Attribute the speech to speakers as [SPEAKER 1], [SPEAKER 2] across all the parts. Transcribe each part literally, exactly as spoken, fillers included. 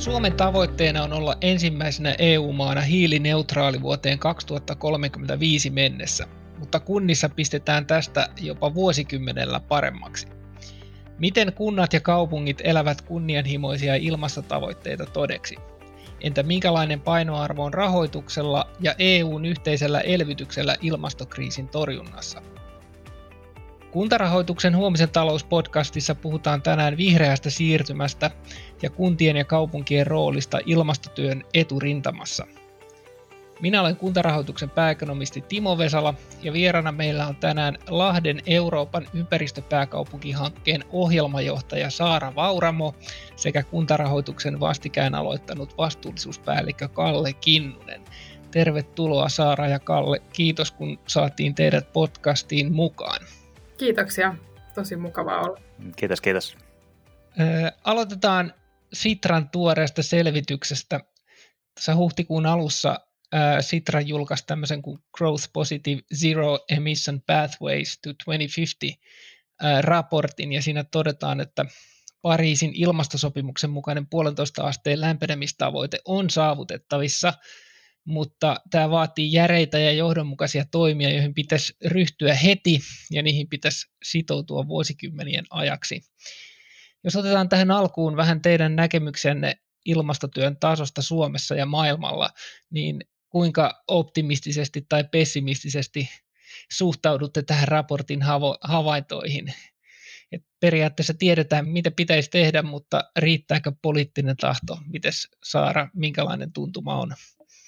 [SPEAKER 1] Suomen tavoitteena on olla ensimmäisenä E U-maana hiilineutraali vuoteen kaksituhattakolmekymmentäviisi mennessä, mutta kunnissa pistetään tästä jopa vuosikymmenellä paremmaksi. Miten kunnat ja kaupungit elävät kunnianhimoisia ilmastotavoitteita todeksi? Entä minkälainen painoarvo on rahoituksella ja E U:n yhteisellä elvytyksellä ilmastokriisin torjunnassa? Kuntarahoituksen Huomisen talouspodcastissa puhutaan tänään vihreästä siirtymästä ja kuntien ja kaupunkien roolista ilmastotyön eturintamassa. Minä olen Kuntarahoituksen pääekonomisti Timo Vesala ja vieraana meillä on tänään Lahden Euroopan ympäristöpääkaupunkihankkeen ohjelmajohtaja Saara Vauramo sekä Kuntarahoituksen vastikään aloittanut vastuullisuuspäällikkö Kalle Kinnunen. Tervetuloa Saara ja Kalle. Kiitos kun saatiin teidät podcastiin mukaan.
[SPEAKER 2] Kiitoksia. Tosi mukavaa olla.
[SPEAKER 3] Kiitos, kiitos.
[SPEAKER 1] Ö, aloitetaan Sitran tuoreesta selvityksestä. Tässä huhtikuun alussa ö, Sitra julkaisi tämmöisen kuin Growth Positive Zero Emission Pathways to kaksituhattaviisikymmentä ö, raportin, ja siinä todetaan, että Pariisin ilmastosopimuksen mukainen puolentoista asteen lämpenemistavoite on saavutettavissa, mutta tämä vaatii järeitä ja johdonmukaisia toimia, joihin pitäisi ryhtyä heti ja niihin pitäisi sitoutua vuosikymmenien ajaksi. Jos otetaan tähän alkuun vähän teidän näkemyksenne ilmastotyön tasosta Suomessa ja maailmalla, niin kuinka optimistisesti tai pessimistisesti suhtaudutte tähän raportin havo- havaintoihin? Et periaatteessa tiedetään, mitä pitäisi tehdä, mutta riittääkö poliittinen tahto? Mites Saara, minkälainen tuntuma on?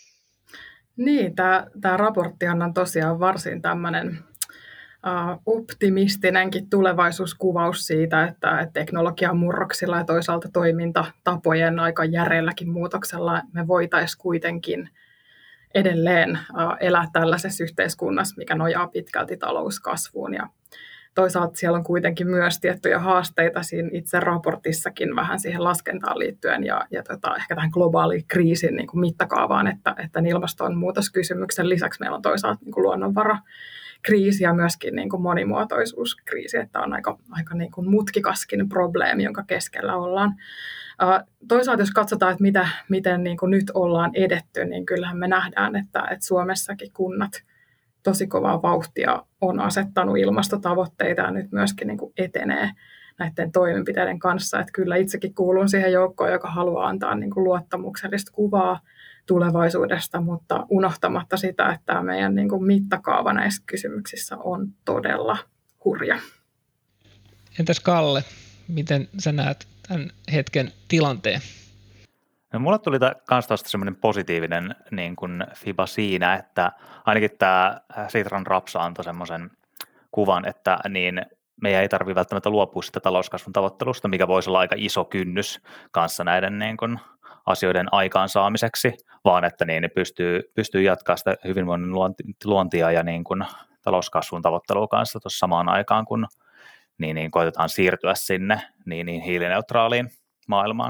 [SPEAKER 2] Niin, tämä raporttihan on tosiaan varsin tämmöinen uh, optimistinenkin tulevaisuuskuvaus siitä, että, että teknologian murroksilla ja toisaalta toimintatapojen aika järeälläkin muutoksella me voitaisiin kuitenkin edelleen uh, elää tällaisessa yhteiskunnassa, mikä nojaa pitkälti talouskasvuun. Ja toisaalta siellä on kuitenkin myös tiettyjä haasteita siinä itse raportissakin vähän siihen laskentaan liittyen ja, ja tota, ehkä tähän globaaliin kriisin niin kuin mittakaavaan, että, että ilmastonmuutoskysymyksen lisäksi meillä on toisaalta niin kuin luonnonvarakriisi ja myöskin niin kuin monimuotoisuuskriisi, että on aika, aika niin kuin mutkikaskin probleemi, jonka keskellä ollaan. Uh, toisaalta jos katsotaan, että mitä, miten niin kuin nyt ollaan edetty, niin kyllähän me nähdään, että, että Suomessakin kunnat tosi kovaa vauhtia on asettanut ilmastotavoitteita ja nyt myöskin niin kuin etenee näiden toimenpiteiden kanssa. Että kyllä itsekin kuulun siihen joukkoon, joka haluaa antaa niin kuin luottamuksellista kuvaa tulevaisuudesta, mutta unohtamatta sitä, että tämä meidän niin kuin mittakaava näissä kysymyksissä on todella hurja.
[SPEAKER 1] Entäs Kalle, miten sä näet tämän hetken tilanteen?
[SPEAKER 3] No, mulle tuli myös tuosta semmoinen positiivinen niin kuin fiba siinä, että ainakin tämä Sitran rapsa antoi semmoisen kuvan, että niin meidän ei tarvitse välttämättä luopua sitä talouskasvun tavoittelusta, mikä voisi olla aika iso kynnys kanssa näiden niin kuin asioiden aikaansaamiseksi, vaan että niin ne pystyy, pystyy jatkaa sitä hyvinvoinnin luontia ja niin kuin talouskasvun tavoittelua kanssa tuossa samaan aikaan, kun niin, niin koitetaan siirtyä sinne niin, niin hiilineutraaliin maailmaan.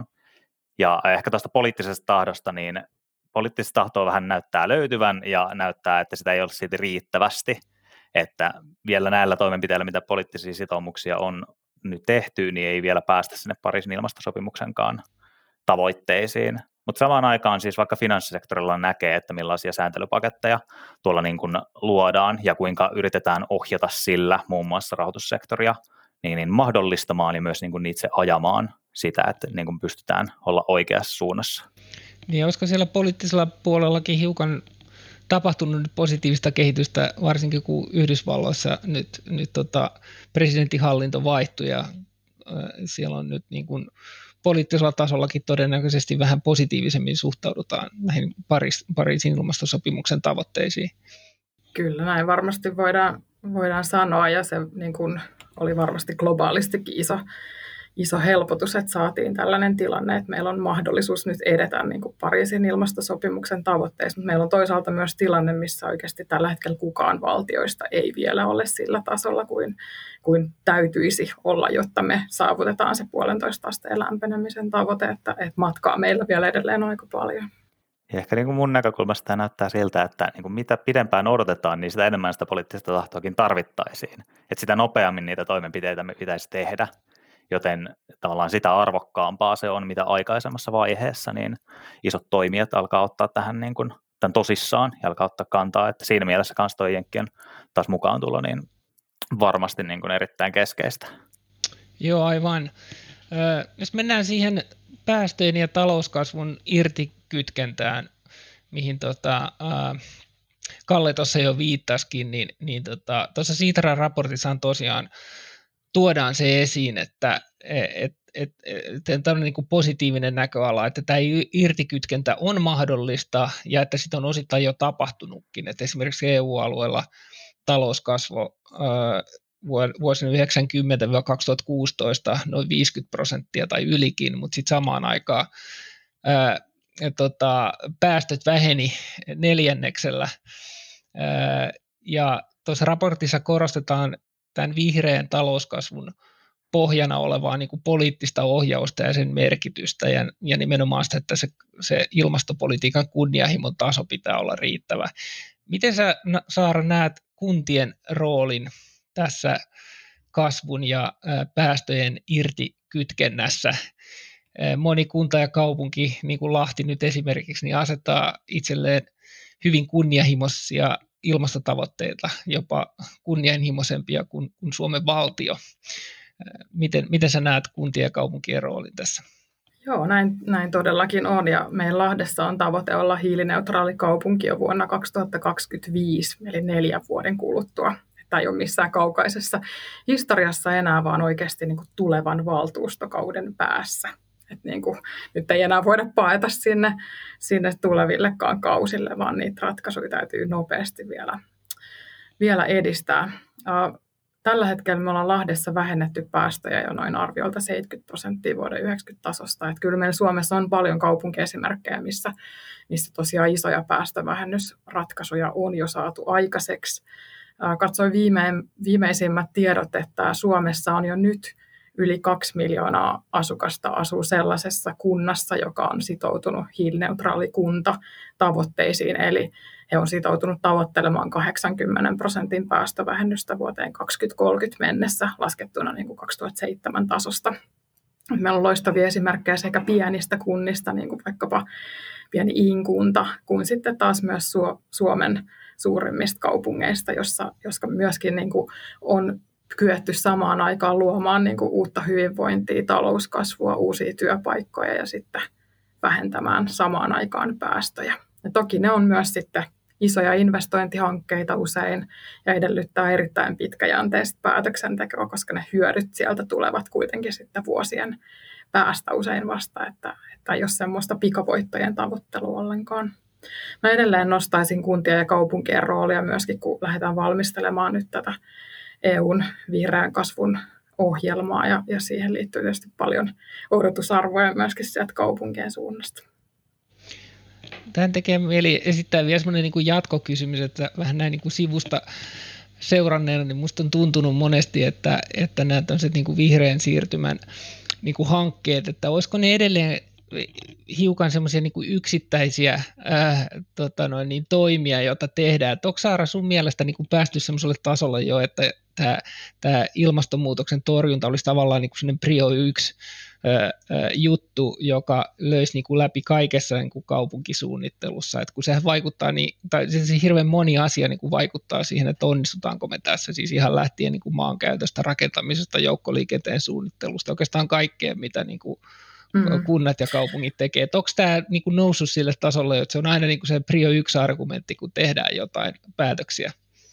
[SPEAKER 3] Ja ehkä tuosta poliittisesta tahdosta, niin poliittista tahtoa vähän näyttää löytyvän ja näyttää, että sitä ei ole siitä riittävästi, että vielä näillä toimenpiteillä, mitä poliittisia sitoumuksia on nyt tehty, niin ei vielä päästä sinne Pariisin ilmastosopimuksenkaan tavoitteisiin. Mutta samaan aikaan siis vaikka finanssisektorilla näkee, että millaisia sääntelypaketteja tuolla niin kuin luodaan ja kuinka yritetään ohjata sillä muun muassa rahoitussektoria niin, niin mahdollistamaan ja myös niin kuin itse ajamaan sitä, että niin kuin pystytään olla oikeassa suunnassa.
[SPEAKER 1] Niin, olisiko siellä poliittisella puolellakin hiukan tapahtunut nyt positiivista kehitystä, varsinkin kun Yhdysvalloissa nyt, nyt tota, presidentinhallinto vaihtui ja äh, siellä on nyt niin kuin poliittisella tasollakin todennäköisesti vähän positiivisemmin suhtaudutaan näihin Paris, Pariisin ilmastosopimuksen tavoitteisiin.
[SPEAKER 2] Kyllä, näin varmasti voidaan, voidaan sanoa ja se niin kuin oli varmasti globaalistikin iso iso helpotus, että saatiin tällainen tilanne, että meillä on mahdollisuus nyt edetä niin kuin Pariisin ilmastosopimuksen tavoitteissa, mutta meillä on toisaalta myös tilanne, missä oikeasti tällä hetkellä kukaan valtioista ei vielä ole sillä tasolla kuin, kuin täytyisi olla, jotta me saavutetaan se puolentoista asteen lämpenemisen tavoite, että, että matkaa meillä vielä edelleen on aika paljon.
[SPEAKER 3] Ja ehkä niin kuin mun näkökulmasta tämä näyttää siltä, että niin kuin mitä pidempään odotetaan, niin sitä enemmän sitä poliittista tahtoakin tarvittaisiin. Että sitä nopeammin niitä toimenpiteitä me pitäisi tehdä. joten tavallaan sitä arvokkaampaa se on, mitä aikaisemmassa vaiheessa, niin isot toimijat alkaa ottaa tähän niin kuin, tämän tosissaan ja alkaa ottaa kantaa, että siinä mielessä kanssa toi Jenkkien taas mukaan tulo, niin varmasti niin kuin erittäin keskeistä.
[SPEAKER 1] Joo, aivan. Ö, jos mennään siihen päästöjen ja talouskasvun irtikytkentään, mihin tota, äh, Kalle tuossa jo viittasikin, niin, niin tota, tuossa Sitran raportissa tosiaan tuodaan se esiin, että et, et, et, tämä on niin kuin positiivinen näköala, että tämä irtikytkentä on mahdollista ja että sitä on osittain jo tapahtunutkin, että esimerkiksi E U-alueella talouskasvu äh, vuosina yhdeksänkymmentä kaksituhattakuusitoista noin viisikymmentä prosenttia tai ylikin, mutta sitten samaan aikaan ää, tota, päästöt väheni neljänneksellä. Ää, ja tuossa raportissa korostetaan tämän vihreän talouskasvun pohjana olevaa niin kuin poliittista ohjausta ja sen merkitystä ja, ja nimenomaan sitä, että se, se ilmastopolitiikan kunnianhimon taso pitää olla riittävä. Miten sä, Saara, näet kuntien roolin tässä kasvun ja päästöjen irtikytkennässä? Moni kunta ja kaupunki, niin kuin Lahti nyt esimerkiksi, niin asettaa itselleen hyvin kunnianhimoisia ilmastotavoitteita, jopa kunnianhimoisempia kuin, kuin Suomen valtio. Miten, miten sä näet kuntien ja kaupunkien roolin tässä?
[SPEAKER 2] Joo, näin, näin todellakin on. Ja meidän Lahdessa on tavoite olla hiilineutraali kaupunki jo vuonna kaksituhattakaksikymmentäviisi, eli neljän vuoden kuluttua. Tämä ei ole missään kaukaisessa historiassa enää, vaan oikeasti niin kuin tulevan valtuustokauden päässä. Et niin kuin, nyt ei enää voida paeta sinne, sinne tulevillekaan kausille, vaan niitä ratkaisuja täytyy nopeasti vielä, vielä edistää. Tällä hetkellä me ollaan Lahdessa vähennetty päästöjä jo noin arviolta seitsemänkymmentä prosenttia vuoden yhdeksänkymmentä tasosta. Et kyllä meillä Suomessa on paljon kaupunkiesimerkkejä, missä, missä tosiaan isoja päästövähennysratkaisuja on jo saatu aikaiseksi. Katsoin viime, viimeisimmät tiedot, että Suomessa on jo nyt yli kaksi miljoonaa asukasta asuu sellaisessa kunnassa, joka on sitoutunut hiilineutraali kunta tavoitteisiin, eli he on sitoutunut tavoittelemaan kahdeksankymmentä prosentin päästövähennystä vuoteen kaksituhattakolmekymmentä mennessä laskettuna niin kuin kaksituhattaseitsemän tasosta. Meillä on loistavia esimerkkejä sekä pienistä kunnista, niin kuin vaikkapa pieni Iin-kunta, kuin sitten taas myös Suomen suurimmista kaupungeista, jossa, joska myöskin niin kuin on kyetty samaan aikaan luomaan niin kuin uutta hyvinvointia, talouskasvua, uusia työpaikkoja ja sitten vähentämään samaan aikaan päästöjä. Ja toki ne on myös sitten isoja investointihankkeita usein ja edellyttää erittäin pitkäjänteistä päätöksentekoa, koska ne hyödyt sieltä tulevat kuitenkin sitten vuosien päästä usein vasta, että, että ei ole semmoista pikavoittojen tavoittelua ollenkaan. Mä edelleen nostaisin kuntien ja kaupunkien roolia myöskin, kun lähdetään valmistelemaan nyt tätä E U:n vihreän kasvun ohjelmaa ja, ja siihen liittyy tietysti paljon odotusarvoja myöskin sieltä kaupunkien suunnasta.
[SPEAKER 1] Tähän tekee mieli esittää vielä sellainen niin kuin jatkokysymys, että vähän näin niin kuin sivusta seuranneena, niin musta on tuntunut monesti, että, että nämä tämmöiset niin kuin vihreän siirtymän niin kuin hankkeet, että olisiko ne edelleen hiukan semmoisia niin kuin yksittäisiä ää, tota noin, niin toimia, joita tehdään. Et onko Saara sun mielestä niin kuin päästy semmoiselle tasolle jo, että tämä, tämä ilmastonmuutoksen torjunta olisi tavallaan niin kuin semmoinen prio yksi ää, ää, juttu, joka löisi niin kuin läpi kaikessa niin kuin kaupunkisuunnittelussa, että kun sehän vaikuttaa, niin, tai se, se hirveän moni asia niin kuin vaikuttaa siihen, että onnistutaanko me tässä, siis ihan lähtien niin kuin maankäytöstä, rakentamisesta, joukkoliikenteen suunnittelusta, oikeastaan kaikkea, mitä niin kuin Mm. kunnat ja kaupungit tekee. Että onko tämä niin kuin noussut sille tasolle, että se on aina niin kuin se prio yksi argumentti, kun tehdään jotain päätöksiä?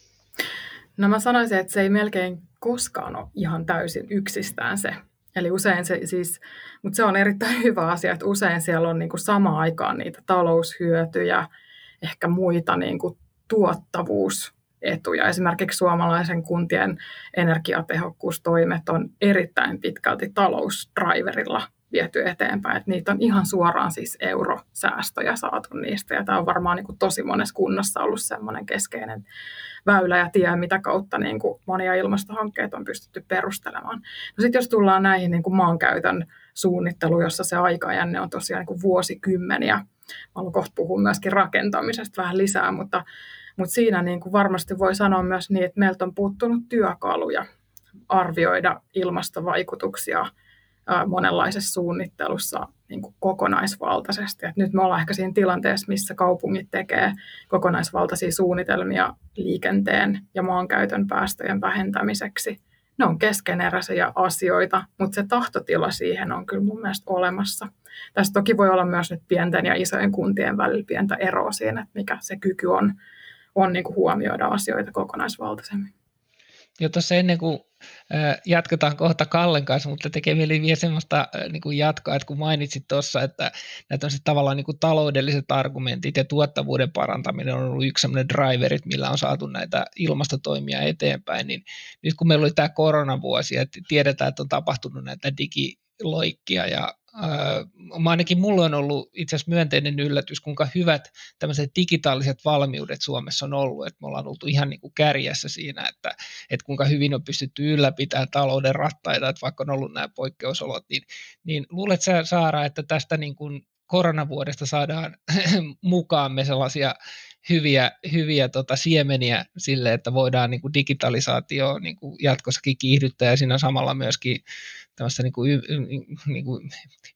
[SPEAKER 2] No mä sanoisin, että se ei melkein koskaan ole ihan täysin yksistään se. Eli usein se siis, mutta se on erittäin hyvä asia, että usein siellä on niin kuin samaan aikaan niitä taloushyötyjä, ehkä muita niin kuin tuottavuusetuja. Esimerkiksi suomalaisen kuntien energiatehokkuustoimet on erittäin pitkälti talousdriverilla viety eteenpäin, että niitä on ihan suoraan siis eurosäästöjä saatu niistä, ja tämä on varmaan niin kuin tosi monessa kunnassa ollut semmoinen keskeinen väylä ja tie, mitä kautta niin kuin monia ilmastohankkeita on pystytty perustelemaan. No sitten jos tullaan näihin niin kuin maankäytön suunnitteluun, jossa se aikajänne on tosiaan niin kuin vuosikymmeniä, mä haluan kohta puhua myöskin rakentamisesta vähän lisää, mutta, mutta siinä niin kuin varmasti voi sanoa myös niin, että meiltä on puuttunut työkaluja arvioida ilmastovaikutuksia monenlaisessa suunnittelussa niin kuin kokonaisvaltaisesti. Et nyt me ollaan ehkä siinä tilanteessa, missä kaupungit tekee kokonaisvaltaisia suunnitelmia liikenteen ja maankäytön päästöjen vähentämiseksi. Ne on keskeneräisiä asioita, mutta se tahtotila siihen on kyllä mun mielestä olemassa. Tässä toki voi olla myös nyt pienten ja isojen kuntien välillä pientä eroa siinä, että mikä se kyky on, on niin kuin huomioida asioita kokonaisvaltaisemmin.
[SPEAKER 1] Jo tuossa ennen kuin jatketaan kohta Kallen kanssa, mutta tekee mieli vielä semmoista niin kuin jatkoa, että kun mainitsit tuossa, että nämä tavallaan niin kuin taloudelliset argumentit ja tuottavuuden parantaminen on ollut yksi semmoinen driverit, millä on saatu näitä ilmastotoimia eteenpäin, niin nyt kun meillä oli tämä koronavuosi, että tiedetään, että on tapahtunut näitä digiloikkia ja Äh, ainakin mulle on ollut itse asiassa myönteinen yllätys, kuinka hyvät tämmöiset digitaaliset valmiudet Suomessa on ollut, että me ollaan oltu ihan niin kuin kärjessä siinä, että, että kuinka hyvin on pystytty ylläpitämään talouden rattaita, että vaikka on ollut nämä poikkeusolot, niin, niin luulet sä, Saara, että tästä niin kuin koronavuodesta saadaan mukaamme sellaisia hyviä, hyviä tota, siemeniä sille, että voidaan niin kuin digitalisaatio niin kuin jatkossakin kiihdyttää ja siinä samalla myöskin tämmöistä niin kuin, y, niin kuin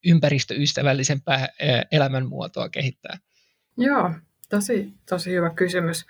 [SPEAKER 1] ympäristöystävällisempää elämänmuotoa kehittää?
[SPEAKER 2] Joo, tosi, tosi hyvä kysymys.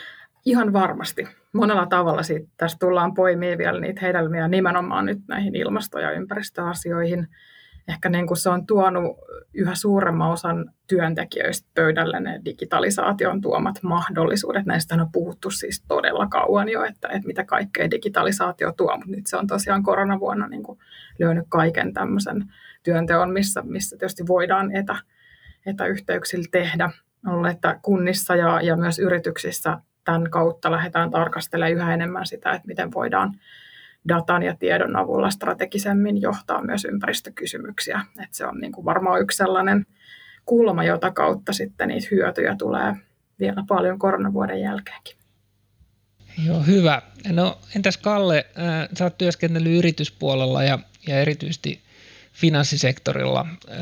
[SPEAKER 2] Ihan varmasti. Monella tavalla siitä, tästä tullaan poimimaan vielä niitä hedelmiä nimenomaan nyt näihin ilmasto- ja ympäristöasioihin. Ehkä niin kuin se on tuonut yhä suuremman osan työntekijöistä pöydälle ne digitalisaation tuomat mahdollisuudet. Näistä on puhuttu siis todella kauan jo, että, että mitä kaikkea digitalisaatio tuo, mutta nyt se on tosiaan koronavuonna niin kuin lyönyt kaiken tämmöisen työnteon, missä, missä tietysti voidaan etä, etäyhteyksillä tehdä. Ollut, että kunnissa ja, ja myös yrityksissä tämän kautta lähdetään tarkastelemaan yhä enemmän sitä, että miten voidaan datan ja tiedon avulla strategisemmin johtaa myös ympäristökysymyksiä. Että se on niin kuin varmaan yksi sellainen kulma, jota kautta sitten niitä hyötyjä tulee vielä paljon koronavuoden jälkeenkin.
[SPEAKER 1] Joo, hyvä. No entäs Kalle, äh, sä oot työskennellyt yrityspuolella ja, ja erityisesti finanssisektorilla äh,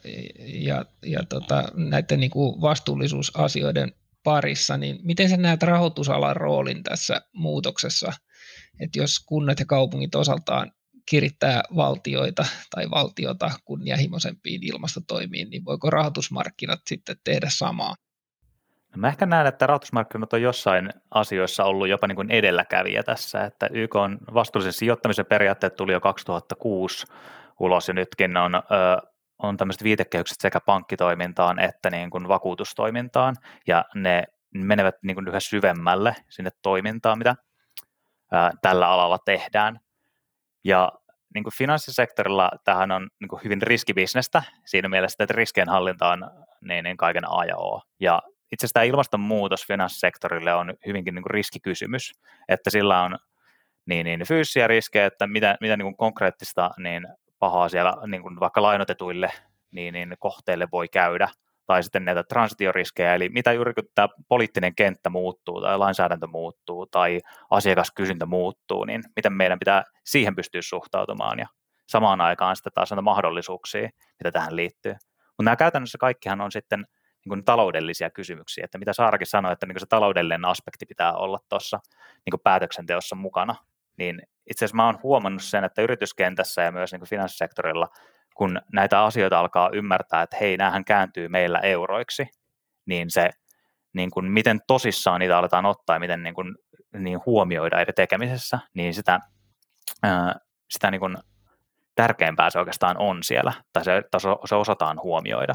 [SPEAKER 1] ja, ja tota, näiden niin kuin vastuullisuusasioiden parissa, niin miten sä näet rahoitusalan roolin tässä muutoksessa? Että jos kunnat ja kaupungit osaltaan kirittää valtioita tai valtiota kunnianhimoisempiin ilmastotoimiin, niin voiko rahoitusmarkkinat sitten tehdä samaa?
[SPEAKER 3] No mä ehkä näen, että rahoitusmarkkinat on jossain asioissa ollut jopa niin kuin edelläkävijä tässä, että Y K:n vastuullisen sijoittamisen periaatteet tuli jo kaksituhattakuusi ulos ja nytkin on, ö, on tämmöiset viitekehykset sekä pankkitoimintaan että niin kuin vakuutustoimintaan ja ne menevät niin kuin yhä syvemmälle sinne toimintaan, mitä ää, tällä alalla tehdään. Ja niin kuin finanssisektorilla tämähän on niin kuin hyvin riskibisnestä siinä mielessä, että riskienhallinta on niin, niin kaiken A ja O. Ja itse asiassa tämä ilmastonmuutos finanssisektorille on hyvinkin niin kuin riskikysymys, että sillä on niin, niin fyysisiä riskejä, että mitä, mitä niin kuin konkreettista niin pahaa siellä niin kuin vaikka lainotetuille niin, niin kohteille voi käydä, tai sitten näitä transitioriskejä, eli mitä juuri kun tämä poliittinen kenttä muuttuu, tai lainsäädäntö muuttuu, tai asiakaskysyntä muuttuu, niin miten meidän pitää siihen pystyä suhtautumaan, ja samaan aikaan sitten taas näitä mahdollisuuksia, mitä tähän liittyy. Mutta nämä käytännössä kaikkihan on sitten niin kuin taloudellisia kysymyksiä, että mitä Saarakin sanoi, että niin kuin se taloudellinen aspekti pitää olla tuossa niin kuin päätöksenteossa mukana, niin itse asiassa mä oon huomannut sen, että yrityskentässä ja myös niin kuin finanssisektorilla, kun näitä asioita alkaa ymmärtää, että hei, näähän kääntyy meillä euroiksi, niin se, niin kuin miten tosissaan niitä aletaan ottaa ja miten niin kuin, niin huomioida eri tekemisessä, niin sitä, ää, sitä niin kuin tärkeämpää se oikeastaan on siellä, tai se, se osataan huomioida.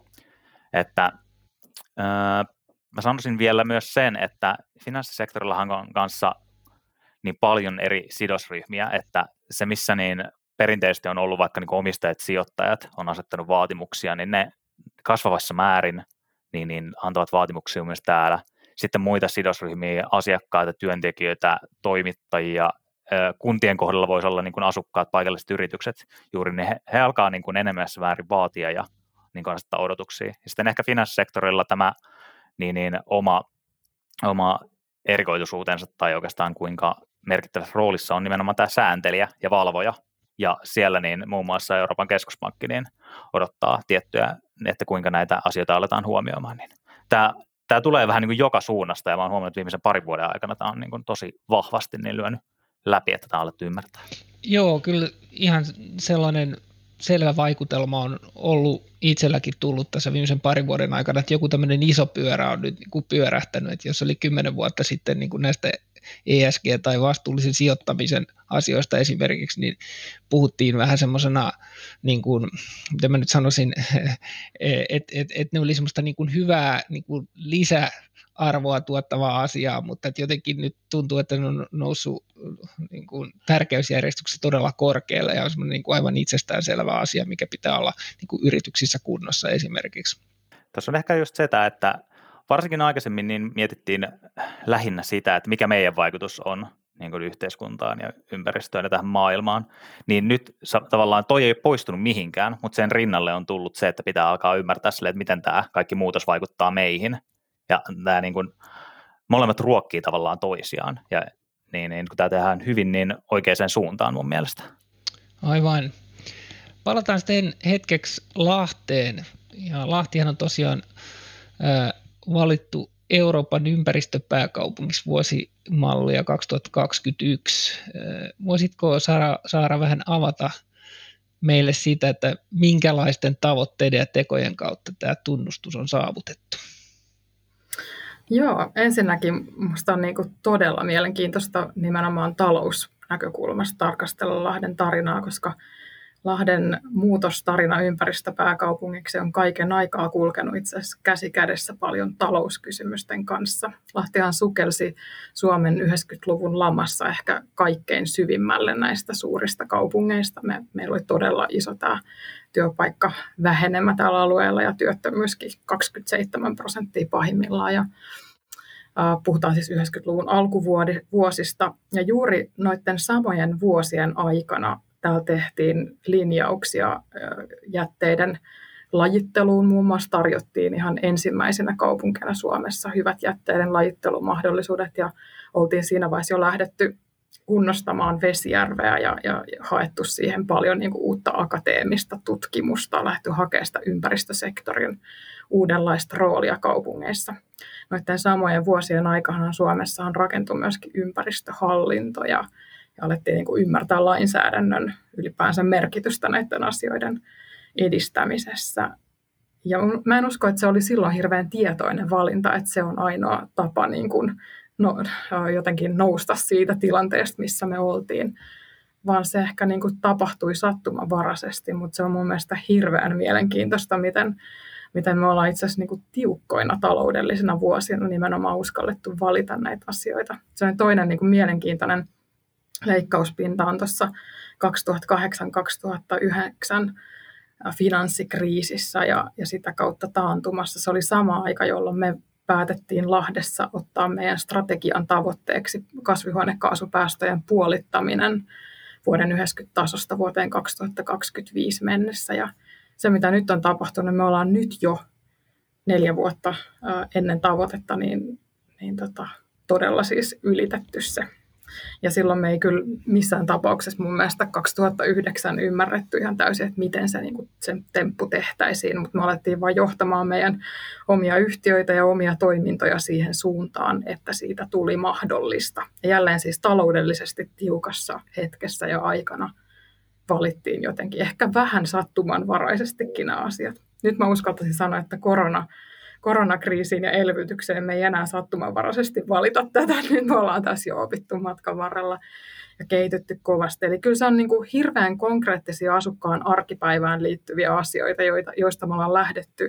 [SPEAKER 3] Että, ää, mä sanoisin vielä myös sen, että finanssisektorillahan on kanssa niin paljon eri sidosryhmiä, että se missä niin perinteisesti on ollut vaikka niin omistajat, sijoittajat on asettanut vaatimuksia, niin ne kasvavassa määrin niin, niin antavat vaatimuksia myös täällä. Sitten muita sidosryhmiä, asiakkaita, työntekijöitä, toimittajia, kuntien kohdalla voisi olla niin kuin asukkaat, paikalliset yritykset, juuri ne, he, he alkaa niin kuin enemmässä määrin vaatia ja niin kuin asettaa odotuksia. Ja sitten ehkä finanssisektorilla tämä niin, niin oma, oma erikoituisuutensa tai oikeastaan kuinka merkittävässä roolissa on nimenomaan tämä sääntelijä ja valvoja, ja siellä niin muun muassa Euroopan keskuspankki niin odottaa tiettyä, että kuinka näitä asioita aletaan huomioimaan. Niin tämä, tämä tulee vähän niin kuin joka suunnasta, ja mä olen huomannut, että viimeisen parin vuoden aikana tämä on niin kuin tosi vahvasti niin lyönyt läpi, että tämä on alettu ymmärtää.
[SPEAKER 1] Joo, kyllä ihan sellainen selvä vaikutelma on ollut itselläkin tullut tässä viimeisen parin vuoden aikana, että joku tämmöinen iso pyörä on nyt niin kuin pyörähtänyt, että jos oli kymmenen vuotta sitten niin kuin näistä E S G- tai vastuullisen sijoittamisen asioista esimerkiksi, niin puhuttiin vähän semmoisena, niin kuin, mitä mä nyt sanoisin, että et, et ne oli semmoista niin kuin hyvää niin kuin lisäarvoa tuottavaa asiaa, mutta että jotenkin nyt tuntuu, että ne on noussut niin kuin tärkeysjärjestyksessä todella korkealle ja on semmoinen niin kuin aivan itsestäänselvä asia, mikä pitää olla niin kuin yrityksissä kunnossa esimerkiksi.
[SPEAKER 3] Tuossa on ehkä just sitä, että varsinkin aikaisemmin niin mietittiin lähinnä sitä, että mikä meidän vaikutus on niin kuin yhteiskuntaan ja ympäristöön ja tähän maailmaan, niin nyt tavallaan toi ei ole poistunut mihinkään, mutta sen rinnalle on tullut se, että pitää alkaa ymmärtää sille, että miten tämä kaikki muutos vaikuttaa meihin, ja tämä niin kuin, molemmat ruokkii tavallaan toisiaan, ja niin, niin kun tämä tehdään hyvin, niin oikeaan suuntaan mun mielestä.
[SPEAKER 1] Aivan. Palataan sitten hetkeksi Lahteen, ja Lahtihan on tosiaan äh, valittu Euroopan ympäristöpääkaupungiksi vuosimallia kaksituhattakaksikymmentäyksi. Voisitko Saara, Saara vähän avata meille sitä, että minkälaisten tavoitteiden ja tekojen kautta tämä tunnustus on saavutettu?
[SPEAKER 2] Joo, ensinnäkin minusta on niin kuin todella mielenkiintoista nimenomaan talousnäkökulmasta tarkastella Lahden tarinaa, koska Lahden muutostarina ympäristöpääkaupungiksi on kaiken aikaa kulkenut itse asiassa käsi kädessä paljon talouskysymysten kanssa. Lahtihan sukelsi Suomen yhdeksänkymmentäluvun lamassa ehkä kaikkein syvimmälle näistä suurista kaupungeista. Me, meillä oli todella iso tämä työpaikka vähenemä tällä alueella ja työttömyyskin kaksikymmentäseitsemän prosenttia pahimmillaan. Ja puhutaan siis yhdeksänkymmentäluvun alkuvuosista ja juuri noiden samojen vuosien aikana täällä tehtiin linjauksia jätteiden lajitteluun. Muun muassa tarjottiin ihan ensimmäisenä kaupunkina Suomessa hyvät jätteiden lajittelumahdollisuudet ja oltiin siinä vaiheessa jo lähdetty kunnostamaan Vesijärveä ja, ja haettu siihen paljon niin kuin uutta akateemista tutkimusta, lähdetty hakemaan sitä ympäristösektorin uudenlaista roolia kaupungeissa. Noiden samojen vuosien aikana Suomessa on rakentunut myöskin ympäristöhallinto ja Ja alettiin niin kuin ymmärtää lainsäädännön ylipäänsä merkitystä näiden asioiden edistämisessä. Ja mä en usko, että se oli silloin hirveän tietoinen valinta, että se on ainoa tapa niin kuin, no, jotenkin nousta siitä tilanteesta, missä me oltiin, vaan se ehkä niin kuin tapahtui sattumanvaraisesti, mutta se on mun mielestä hirveän mielenkiintoista, miten, miten me ollaan itse asiassa niin kuin tiukkoina taloudellisina vuosina nimenomaan uskallettu valita näitä asioita. Se on toinen niin kuin mielenkiintoinen leikkauspinta on tuossa kaksituhattakahdeksan kaksituhattayhdeksän finanssikriisissä ja, ja sitä kautta taantumassa. Se oli sama aika, jolloin me päätettiin Lahdessa ottaa meidän strategian tavoitteeksi kasvihuonekaasupäästöjen puolittaminen vuoden yhdeksänkymmentä tasosta vuoteen kaksituhattakaksikymmentäviisi mennessä. Ja se, mitä nyt on tapahtunut, me ollaan nyt jo neljä vuotta ennen tavoitetta, niin, niin tota, todella siis ylitetty se. Ja silloin me ei kyllä missään tapauksessa mun mielestä kaksituhattayhdeksän ymmärretty ihan täysin, että miten se, niin kuin, se temppu tehtäisiin, mutta me alettiin vain johtamaan meidän omia yhtiöitä ja omia toimintoja siihen suuntaan, että siitä tuli mahdollista. Ja jälleen siis taloudellisesti tiukassa hetkessä ja aikana valittiin jotenkin ehkä vähän sattumanvaraisestikin nämä asiat. Nyt mä uskaltaisin sanoa, että korona koronakriisiin ja elvytykseen me ei enää sattumanvaraisesti valita tätä, nyt me ollaan tässä jo opittu matkan varrella ja kehitetty kovasti. Eli kyllä se on niin kuin hirveän konkreettisia asukkaan arkipäivään liittyviä asioita, joita, joista me ollaan lähdetty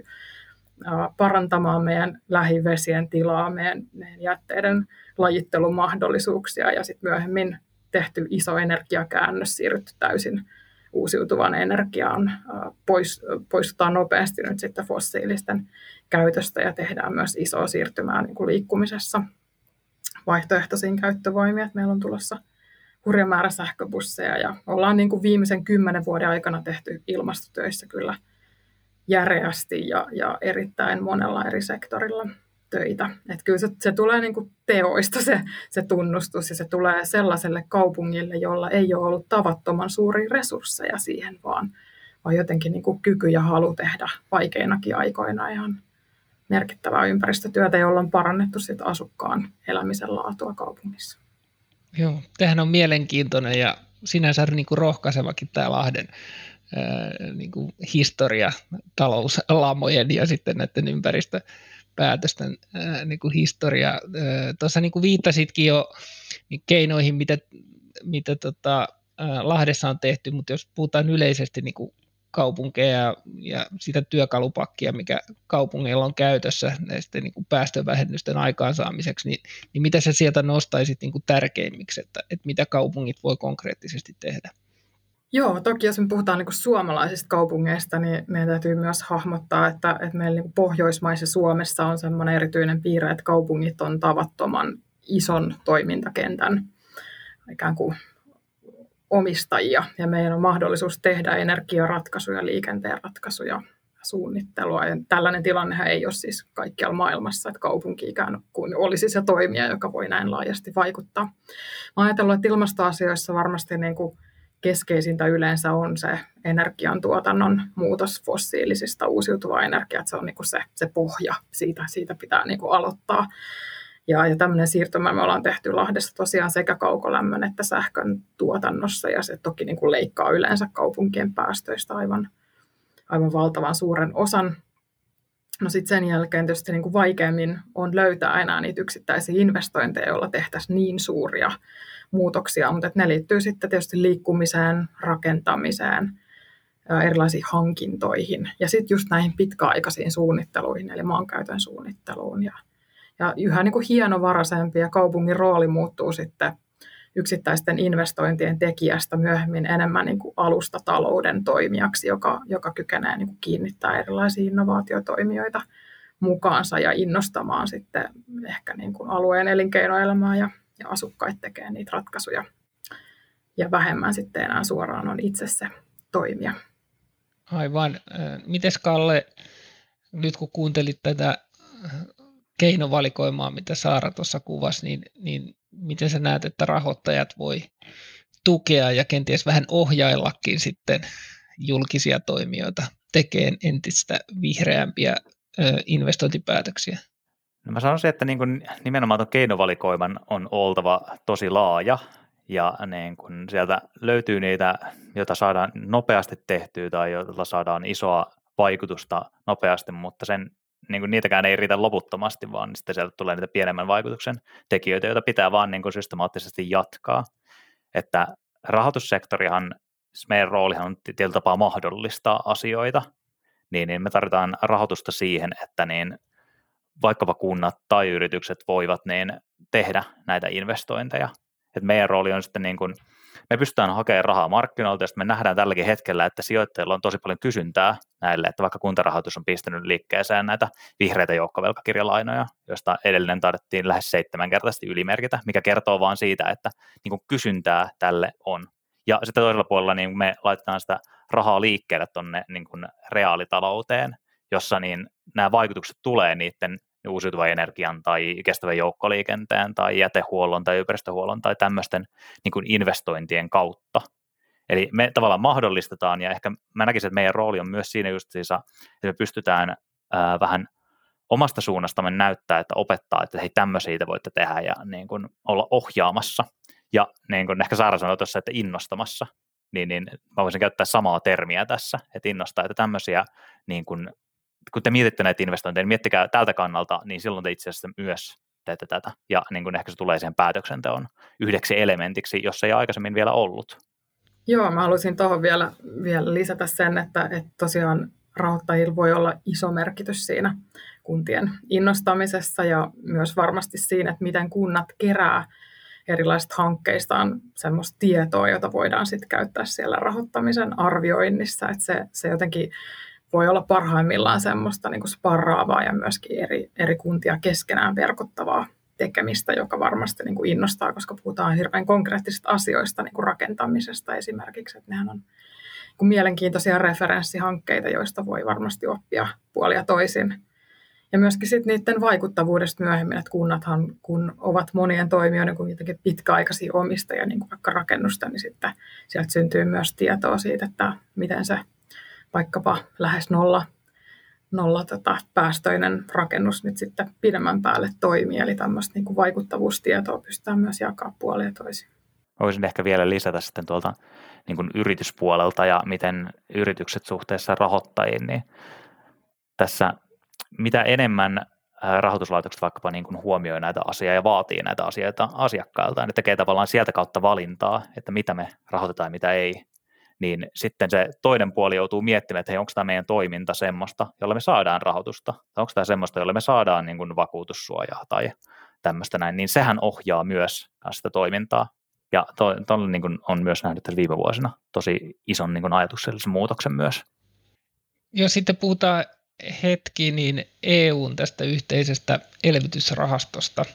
[SPEAKER 2] parantamaan meidän lähivesien tilaa, meidän, meidän jätteiden lajittelumahdollisuuksia ja sitten myöhemmin tehty iso energiakäännös, siirrytty täysin uusiutuvan energiaan, pois, poistutaan nopeasti nyt sitten fossiilisten käytöstä ja tehdään myös isoa siirtymää niin kuin liikkumisessa vaihtoehtoisiin käyttövoimia. Meillä on tulossa hurja määrä sähköbusseja ja ollaan niin kuin viimeisen kymmenen vuoden aikana tehty ilmastotöissä kyllä järeästi ja, ja erittäin monella eri sektorilla töitä. Että kyllä se, se tulee niin kuin teoista se, se tunnustus ja se tulee sellaiselle kaupungille, jolla ei ole ollut tavattoman suuria resursseja siihen, vaan, vaan jotenkin niin kuin kyky ja halu tehdä vaikeinakin aikoina ihan merkittävää ympäristötyötä, jolla on parannettu sit asukkaan elämisen laatua kaupungissa.
[SPEAKER 1] Joo, tämähän on mielenkiintoinen ja sinänsä niin kuin rohkaisevakin tämä Lahden niin kuin historia talouslamojen ja sitten näiden ympäristöpäätösten niin kuin historia. Tuossa niin kuin viittasitkin jo keinoihin, mitä, mitä tota, Lahdessa on tehty, mutta jos puhutaan yleisesti niin kuin kaupunkeja ja, ja sitä työkalupakkia, mikä kaupungeilla on käytössä näisten niin kuin päästövähennysten aikaansaamiseksi, niin, niin mitä sä sieltä nostaisit niin kuin tärkeimmiksi, että, että mitä kaupungit voi konkreettisesti tehdä?
[SPEAKER 2] Joo, toki jos me puhutaan niin kuin suomalaisista kaupungeista, niin meidän täytyy myös hahmottaa, että, että meillä niin kuin Pohjoismaissa Suomessa on sellainen erityinen piirre, että kaupungit on tavattoman ison toimintakentän ikään kuin omistajia, ja meidän on mahdollisuus tehdä energiaratkaisuja, liikenteen ratkaisuja, suunnittelua. Ja tällainen tilannehan ei ole siis kaikkialla maailmassa, että kaupunki ikään kuin olisi se toimija, joka voi näin laajasti vaikuttaa. Mä ajatellut, että ilmastoasioissa varmasti niin kuin keskeisintä yleensä on se energiantuotannon muutos fossiilisista uusiutuvaa energiaa, että se on niin kuin se, se pohja, siitä, siitä pitää niin kuin aloittaa. Ja, ja tämmöinen siirtymä me ollaan tehty Lahdessa tosiaan sekä kaukolämmön että sähkön tuotannossa, ja se toki niin kuin leikkaa yleensä kaupunkien päästöistä aivan, aivan valtavan suuren osan. No sitten sen jälkeen tietysti niin kuin vaikeammin on löytää enää niitä yksittäisiä investointeja, joilla tehtäisiin niin suuria muutoksia, mutta ne liittyy sitten tietysti liikkumiseen, rakentamiseen, erilaisiin hankintoihin ja sitten just näihin pitkäaikaisiin suunnitteluihin, eli maankäytön suunnitteluun. Ja, ja yhä niin kuin hienovarasempi ja kaupungin rooli muuttuu sitten yksittäisten investointien tekijästä myöhemmin enemmän niin kuin alustatalouden toimijaksi, joka, joka kykenee niin kuin kiinnittää erilaisia innovaatiotoimijoita mukaansa ja innostamaan sitten ehkä niin kuin alueen elinkeinoelämää ja, ja asukkaat tekee niitä ratkaisuja. Ja vähemmän sitten enää suoraan on itse se toimija.
[SPEAKER 1] Aivan. Mites Kalle, nyt kun kuuntelit tätä keinovalikoimaa, mitä Saara tuossa kuvasi, niin, niin miten sä näet, että rahoittajat voi tukea ja kenties vähän ohjaillakin sitten julkisia toimijoita tekemään entistä vihreämpiä ö, investointipäätöksiä?
[SPEAKER 3] No mä sanoisin, että niin kuin nimenomaan tuon keinovalikoiman on oltava tosi laaja, ja niin kun sieltä löytyy niitä, joita saadaan nopeasti tehtyä tai joilla saadaan isoa vaikutusta nopeasti, mutta sen, niin kun niitäkään ei riitä loputtomasti, vaan sitten sieltä tulee niitä pienemmän vaikutuksen tekijöitä, joita pitää vaan niin kun systemaattisesti jatkaa. Että rahoitussektorihan, meidän roolihan on tietyllä tapaa mahdollistaa asioita, niin, niin me tarvitaan rahoitusta siihen, että niin vaikkapa kunnat tai yritykset voivat niin tehdä näitä investointeja. Et meidän rooli on sitten niin kuin, me pystytään hakemaan rahaa markkinoilta, ja me nähdään tälläkin hetkellä, että sijoittajilla on tosi paljon kysyntää näille, että vaikka kuntarahoitus on pistänyt liikkeeseen näitä vihreitä joukkovelkakirjalainoja, joista edellinen taidettiin lähes seitsemänkertaisesti ylimerkitä, mikä kertoo vaan siitä, että niin kuin kysyntää tälle on. Ja sitten toisella puolella niin me laitetaan sitä rahaa liikkeelle tuonne niin kuin reaalitalouteen, jossa niin nämä vaikutukset tulee niiden uusiutuvan energian tai kestävän joukkoliikenteen tai jätehuollon tai ympäristöhuollon tai tämmöisten niin kuin investointien kautta. Eli me tavallaan mahdollistetaan, ja ehkä mä näkisin, että meidän rooli on myös siinä justiinsa, että me pystytään ää, vähän omasta suunnastamme näyttää, että opettaa, että hei, tämmöisiä te voitte tehdä ja niin kuin olla ohjaamassa. Ja niin kuin ehkä Saara sanoi tuossa, että innostamassa, niin, niin mä voisin käyttää samaa termiä tässä, että innostaa, että tämmöisiä niin kuin kun te mietitte näitä investointeja, niin miettikää tältä kannalta, niin silloin te itse asiassa myös teette tätä. Ja niin kuin ehkä se tulee siihen päätöksenteon yhdeksi elementiksi, jossa ei aikaisemmin vielä ollut.
[SPEAKER 2] Joo, mä haluaisin tuohon vielä, vielä lisätä sen, että, että tosiaan rahoittajilla voi olla iso merkitys siinä kuntien innostamisessa ja myös varmasti siinä, että miten kunnat kerää erilaisista hankkeistaan semmoista tietoa, jota voidaan sitten käyttää siellä rahoittamisen arvioinnissa, että se, se jotenkin voi olla parhaimmillaan semmoista niin kuin sparraavaa ja myöskin eri, eri kuntia keskenään verkottavaa tekemistä, joka varmasti niin kuin innostaa, koska puhutaan hirveän konkreettisista asioista, niin kuin rakentamisesta esimerkiksi. Että nehän on niin kuin mielenkiintoisia referenssihankkeita, joista voi varmasti oppia puolia toisin. Ja myöskin sitten niiden vaikuttavuudesta myöhemmin, että kunnathan, kun ovat monien toimijoiden kuin jotenkin pitkäaikaisia omistajia, niin kuin vaikka rakennusta, niin sitten sieltä syntyy myös tietoa siitä, että miten se vaikkapa lähes nolla, nolla tota, päästöinen rakennus nyt sitten pidemmän päälle toimii. Eli tämmöistä niin kuin vaikuttavuustietoa pystytään myös jakaa puolia toisiin.
[SPEAKER 3] Voisin ehkä vielä lisätä sitten tuolta niin kuin yrityspuolelta ja miten yritykset suhteessa rahoittajiin, niin tässä mitä enemmän rahoituslaitokset vaikkapa niin kuin huomioi näitä asioita ja vaatii näitä asioita asiakkailta, ne tekee tavallaan sieltä kautta valintaa, että mitä me rahoitetaan ja mitä ei, niin sitten se toinen puoli joutuu miettimään, että hei, onko tämä meidän toiminta semmoista, jolla me saadaan rahoitusta, tai onko tämä semmoista, jolla me saadaan niin kuin vakuutussuojaa tai tämmöistä näin, niin sehän ohjaa myös sitä toimintaa. Ja tuolla niin kuin on myös nähnyt tässä viime vuosina tosi ison niin kuin ajatuksellisen muutoksen myös.
[SPEAKER 1] Jos sitten puhutaan hetki niin E U:n tästä yhteisestä elvytysrahastosta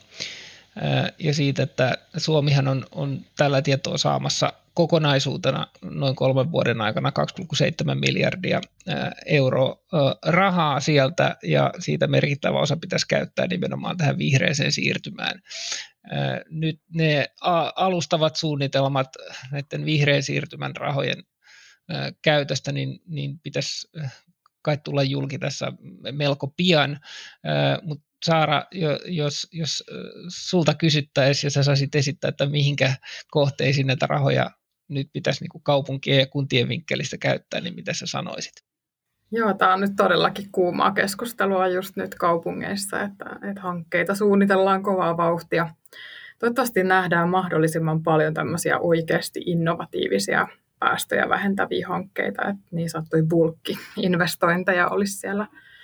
[SPEAKER 1] ja siitä, että Suomihan on, on tällä tietoa saamassa kokonaisuutena noin kolmen vuoden aikana kaksi pilkku seitsemän miljardia euroa rahaa sieltä, ja siitä merkittävä osa pitäisi käyttää nimenomaan tähän vihreäseen siirtymään. Nyt ne alustavat suunnitelmat näiden vihreän siirtymän rahojen käytöstä, niin, niin pitäisi kai tulla julki tässä melko pian, mutta Saara, jos, jos sulta kysyttäisiin ja sä saisit esittää, että mihinkä kohteisiin näitä rahoja nyt pitäisi niin kuin kaupunkien ja kuntien vinkkelistä käyttää, niin mitä sä sanoisit?
[SPEAKER 2] Joo, tämä on nyt todellakin kuumaa keskustelua just nyt kaupungeissa, että, että hankkeita suunnitellaan kovaa vauhtia. Toivottavasti nähdään mahdollisimman paljon tämmöisiä oikeasti innovatiivisia päästöjä vähentäviä hankkeita, että niin sanottuja bulkki-investointeja olisi siellä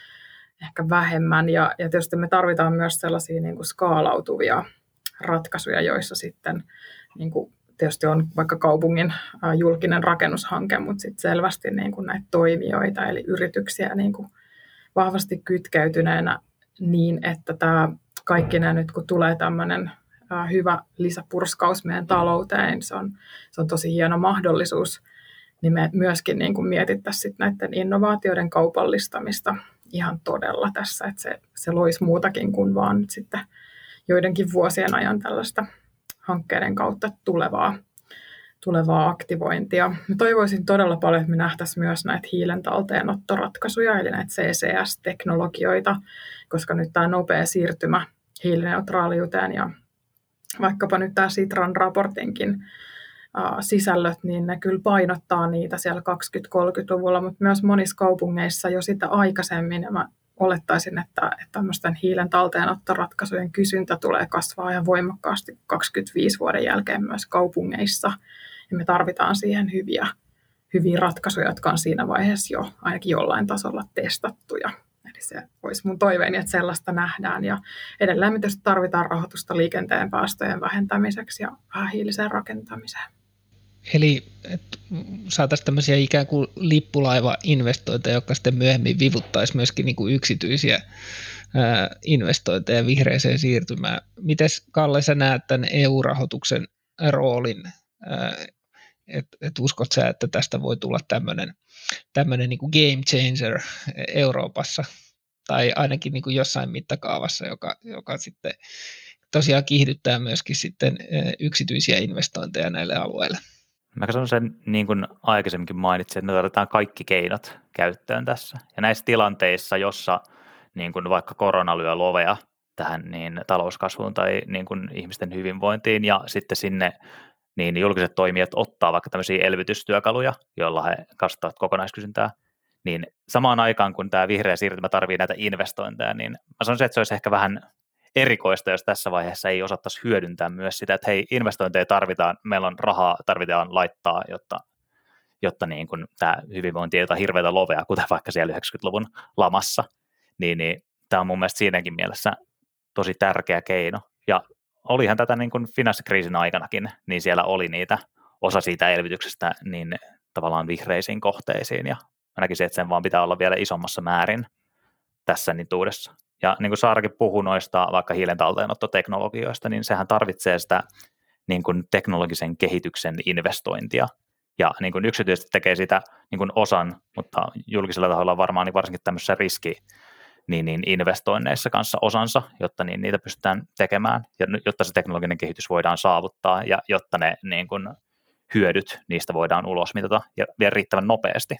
[SPEAKER 2] ehkä vähemmän. Ja, ja tietysti me tarvitaan myös sellaisia niin kuin skaalautuvia ratkaisuja, joissa sitten niin kuin tietysti on vaikka kaupungin julkinen rakennushanke, mutta sitten selvästi niin kuin näitä toimijoita eli yrityksiä niin kuin vahvasti kytkeytyneenä niin, että tämä kaikki nämä nyt kun tulee tämmöinen hyvä lisäpurskaus meidän talouteen, niin se on, se on tosi hieno mahdollisuus, niin me myöskin niin kuin mietittäisiin näiden innovaatioiden kaupallistamista ihan todella tässä, että se, se loisi muutakin kuin vaan nyt sitten joidenkin vuosien ajan tällaista hankkeiden kautta tulevaa, tulevaa aktivointia. Mä toivoisin todella paljon, että me nähtäisiin myös näitä hiilen talteenottoratkaisuja, eli näitä C C S-teknologioita, koska nyt tämä nopea siirtymä hiilineutraaliuteen ja vaikkapa nyt tämä Sitran raportinkin sisällöt, niin ne kyllä painottaa niitä siellä kaksikymmentä-kolmekymmentäluvulla, mutta myös monissa kaupungeissa jo sitä aikaisemmin. Ja mä olettaisin, että, että tämmöisten hiilen talteenottoratkaisujen kysyntä tulee kasvaa ja voimakkaasti kaksikymmentäviisi vuoden jälkeen myös kaupungeissa. Ja me tarvitaan siihen hyviä, hyviä ratkaisuja, jotka on siinä vaiheessa jo ainakin jollain tasolla testattuja. Eli se olisi mun toiveeni, että sellaista nähdään. Ja edelleen me tietysti tarvitaan rahoitusta liikenteen päästöjen vähentämiseksi ja vähähiiliseen rakentamiseen.
[SPEAKER 1] Eli saataisiin tämmöisiä ikään kuin lippulaiva-investointeja, jotka sitten myöhemmin vivuttaisi myöskin niin kuin yksityisiä ää, investointeja vihreäseen siirtymään. Mites Kalle, sä näet tämän E U-rahoituksen roolin? Että et uskot sä, että tästä voi tulla tämmöinen tämmöinen niin kuin game changer Euroopassa, tai ainakin niin kuin jossain mittakaavassa, joka, joka sitten tosiaan kiihdyttää myöskin sitten yksityisiä investointeja näille alueille?
[SPEAKER 3] Mä sanon sen, niin kuin aikaisemminkin mainitsin, että me tarvitaan kaikki keinot käyttöön tässä. Ja näissä tilanteissa, jossa niin kuin vaikka korona lyö lovea tähän niin talouskasvuun tai niin kuin ihmisten hyvinvointiin, ja sitten sinne niin julkiset toimijat ottaa vaikka tämmöisiä elvytystyökaluja, joilla he kasvattavat kokonaiskysyntää, niin samaan aikaan, kun tämä vihreä siirtymä tarvitsee näitä investointeja, niin mä sanoisin, että se olisi ehkä vähän erikoista, jos tässä vaiheessa ei osattaisi hyödyntää myös sitä, että hei, investointeja tarvitaan, meillä on rahaa, tarvitaan laittaa, jotta, jotta niin kuin tämä hyvinvointi ei ota hirveätä lovea, kuten vaikka siellä yhdeksänkymmentäluvun lamassa, niin, niin tämä on mun mielestä siinäkin mielessä tosi tärkeä keino. Ja olihan tätä niin kuin finanssikriisin aikanakin, niin siellä oli niitä osa siitä elvytyksestä niin tavallaan vihreisiin kohteisiin, ja mä näkisin, että sen vaan pitää olla vielä isommassa määrin tässä nituudessa. Ja niin kuin Saarakin puhui noista vaikka hiilen talteenottoteknologioista, niin sehän tarvitsee sitä niin kuin teknologisen kehityksen investointia, ja niin kuin yksityiset tekee sitä niin kuin osan, mutta julkisella taholla on varmaan niin varsinkin tämmöisessä riski niin, niin investoinneissa kanssa osansa, jotta niin niitä pystytään tekemään, ja jotta se teknologinen kehitys voidaan saavuttaa, ja jotta ne niin kuin hyödyt niistä voidaan ulosmitata ja vielä riittävän nopeasti.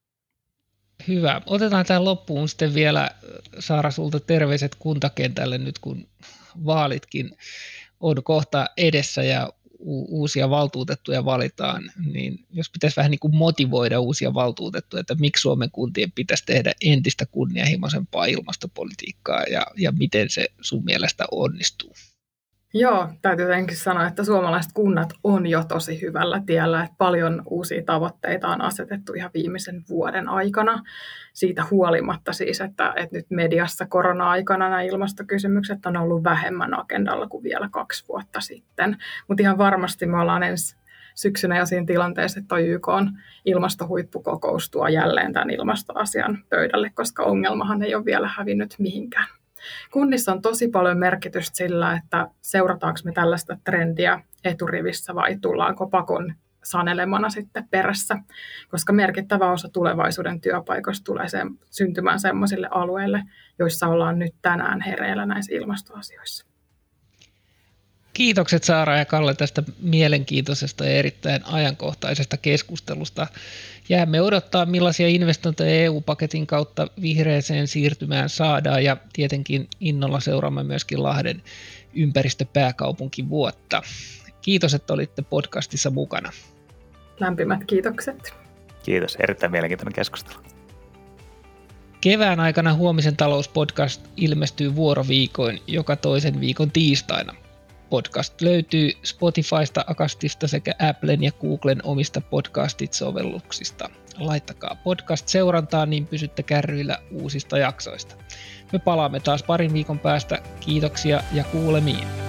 [SPEAKER 1] Hyvä. Otetaan tähän loppuun sitten vielä, Saara, sulta terveiset kuntakentälle nyt, kun vaalitkin on kohta edessä, ja u- uusia valtuutettuja valitaan, niin jos pitäisi vähän niin kuin motivoida uusia valtuutettuja, että miksi Suomen kuntien pitäisi tehdä entistä kunnianhimoisempaa ilmastopolitiikkaa ja, ja miten se sun mielestä onnistuu?
[SPEAKER 2] Joo, täytyy tietenkin sanoa, että suomalaiset kunnat on jo tosi hyvällä tiellä, että paljon uusia tavoitteita on asetettu ihan viimeisen vuoden aikana. Siitä huolimatta siis, että, että nyt mediassa korona-aikana nämä ilmastokysymykset on ollut vähemmän agendalla kuin vielä kaksi vuotta sitten. Mutta ihan varmasti me ollaan ensi syksynä jo siinä tilanteessa, että Y K:n ilmastohuippukokous tuo jälleen tämän ilmastoasian pöydälle, koska ongelmahan ei ole vielä hävinnyt mihinkään. Kunnissa on tosi paljon merkitystä sillä, että seurataanko me tällaista trendiä eturivissä vai tullaanko pakon sanelemana sitten perässä, koska merkittävä osa tulevaisuuden työpaikoista tulee se, syntymään sellaisille alueille, joissa ollaan nyt tänään hereillä näissä ilmastoasioissa.
[SPEAKER 1] Kiitokset Saara ja Kalle tästä mielenkiintoisesta ja erittäin ajankohtaisesta keskustelusta. Jäämme odottaa, millaisia investointeja E U-paketin kautta vihreäseen siirtymään saadaan ja tietenkin innolla seuraamme myöskin Lahden ympäristöpääkaupunkivuotta. Kiitos, että olitte podcastissa mukana.
[SPEAKER 2] Lämpimät kiitokset.
[SPEAKER 3] Kiitos, erittäin mielenkiintoinen keskustelu.
[SPEAKER 1] Kevään aikana Huomisen talouspodcast ilmestyy vuoroviikoin joka toisen viikon tiistaina. Podcast löytyy Spotifysta, Acastista sekä Applen ja Googlen omista podcastit-sovelluksista. Laittakaa podcast seurantaan, niin pysytte kärryillä uusista jaksoista. Me palaamme taas parin viikon päästä. Kiitoksia ja kuulemiin.